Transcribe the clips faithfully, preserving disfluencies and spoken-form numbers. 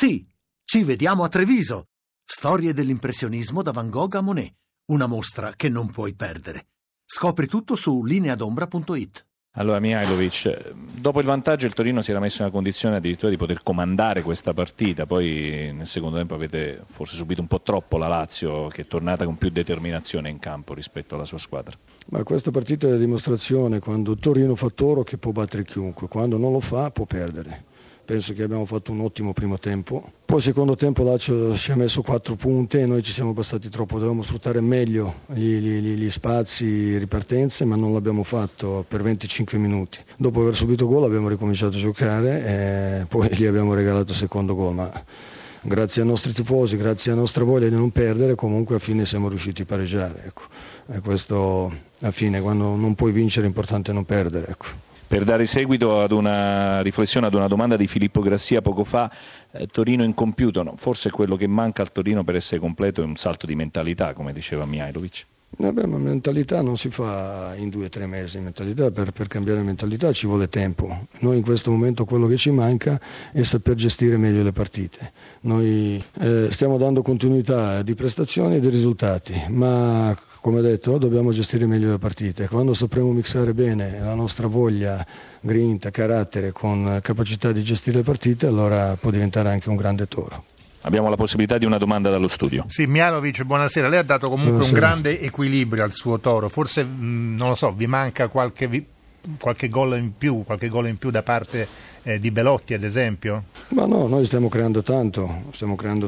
Sì, ci vediamo a Treviso. Storie dell'impressionismo da Van Gogh a Monet. Una mostra che non puoi perdere. Scopri tutto su lineadombra punto it. Allora Mihajlovic, dopo il vantaggio il Torino si era messo in una condizione addirittura di poter comandare questa partita, poi nel secondo tempo avete forse subito un po' troppo la Lazio, che è tornata con più determinazione in campo rispetto alla sua squadra. Ma questa partita è la dimostrazione, quando il Torino fa toro, che può battere chiunque, quando non lo fa può perdere. Penso che abbiamo fatto un ottimo primo tempo. Poi secondo tempo Lazio ci ha messo quattro punte e noi ci siamo bastati troppo. Dovevamo sfruttare meglio gli, gli, gli spazi, ripartenze, ma non l'abbiamo fatto per venticinque minuti. Dopo aver subito gol abbiamo ricominciato a giocare e poi gli abbiamo regalato il secondo gol. Ma grazie ai nostri tifosi, grazie alla nostra voglia di non perdere, comunque a fine siamo riusciti a pareggiare. Ecco. E questo alla fine, quando non puoi vincere, è importante non perdere. Ecco. Per dare seguito ad una riflessione, ad una domanda di Filippo Grassia poco fa, eh, Torino incompiuto, no? Forse quello che manca al Torino per essere completo è un salto di mentalità, come diceva Mihajlovic. Vabbè, ma mentalità non si fa in due o tre mesi, mentalità per, per cambiare mentalità ci vuole tempo. Noi in questo momento quello che ci manca è saper gestire meglio le partite. Noi eh, stiamo dando continuità di prestazioni e di risultati, ma come detto dobbiamo gestire meglio le partite. Quando sapremo mixare bene la nostra voglia, grinta, carattere con capacità di gestire le partite, allora può diventare anche un grande toro. Abbiamo la possibilità di una domanda dallo studio. Sì, Mihajlovic, buonasera. Lei ha dato comunque buonasera. un grande equilibrio al suo toro. Forse, mh, non lo so, vi manca qualche, vi, qualche gol in più, qualche gol in più da parte eh, di Belotti, ad esempio? Ma no, noi stiamo creando tanto, stiamo creando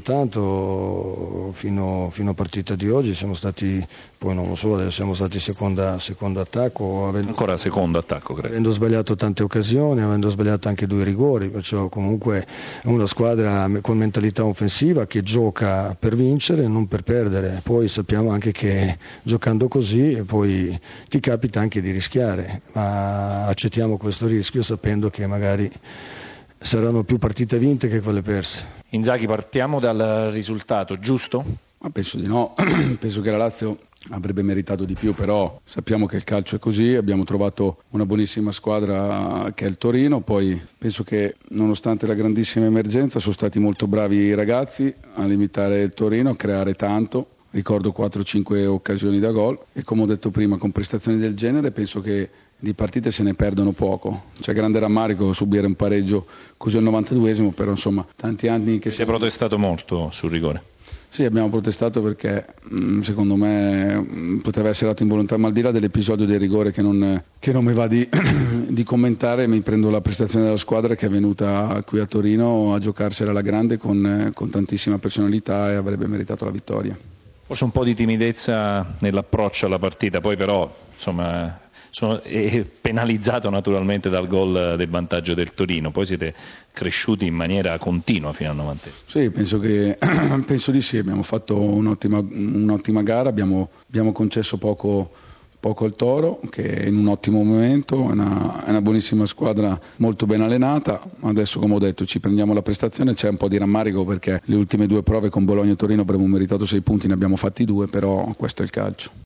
tanto fino, fino a partita di oggi. Siamo stati, poi non lo so, siamo stati seconda, secondo attacco. Avendo, Ancora secondo attacco, credo. Avendo sbagliato tante occasioni, avendo sbagliato anche due rigori, perciò comunque è una squadra con mentalità offensiva che gioca per vincere, non per perdere. Poi sappiamo anche che giocando così poi ti capita anche di rischiare, ma accettiamo questo rischio sapendo che magari saranno più partite vinte che quelle perse. Inzaghi, partiamo dal risultato, giusto? Ma penso di no, penso che la Lazio avrebbe meritato di più, però sappiamo che il calcio è così, abbiamo trovato una buonissima squadra che è il Torino, poi penso che nonostante la grandissima emergenza sono stati molto bravi i ragazzi a limitare il Torino, a creare tanto. Ricordo quattro cinque occasioni da gol e come ho detto prima, con prestazioni del genere penso che di partite se ne perdono poco. C'è grande rammarico subire un pareggio così al novantaduesimo, però insomma tanti anni che si è protestato molto sul rigore. Sì, abbiamo protestato perché mh, secondo me mh, poteva essere dato involontario, ma al di là dell'episodio del rigore che non, che non mi va di, di commentare, mi prendo la prestazione della squadra che è venuta qui a Torino a giocarsela alla grande con, con tantissima personalità e avrebbe meritato la vittoria. Forse un po' di timidezza nell'approccio alla partita, poi però insomma sono, è penalizzato naturalmente dal gol del vantaggio del Torino, poi siete cresciuti in maniera continua fino al novantesimo. Sì, penso, che, penso di sì, abbiamo fatto un'ottima, un'ottima gara, abbiamo, abbiamo concesso poco, poco al Toro, che è in un ottimo momento, è una, è una buonissima squadra molto ben allenata. Adesso, come ho detto, ci prendiamo la prestazione, c'è un po' di rammarico perché le ultime due prove con Bologna e Torino avremmo meritato sei punti, ne abbiamo fatti due, però questo è il calcio.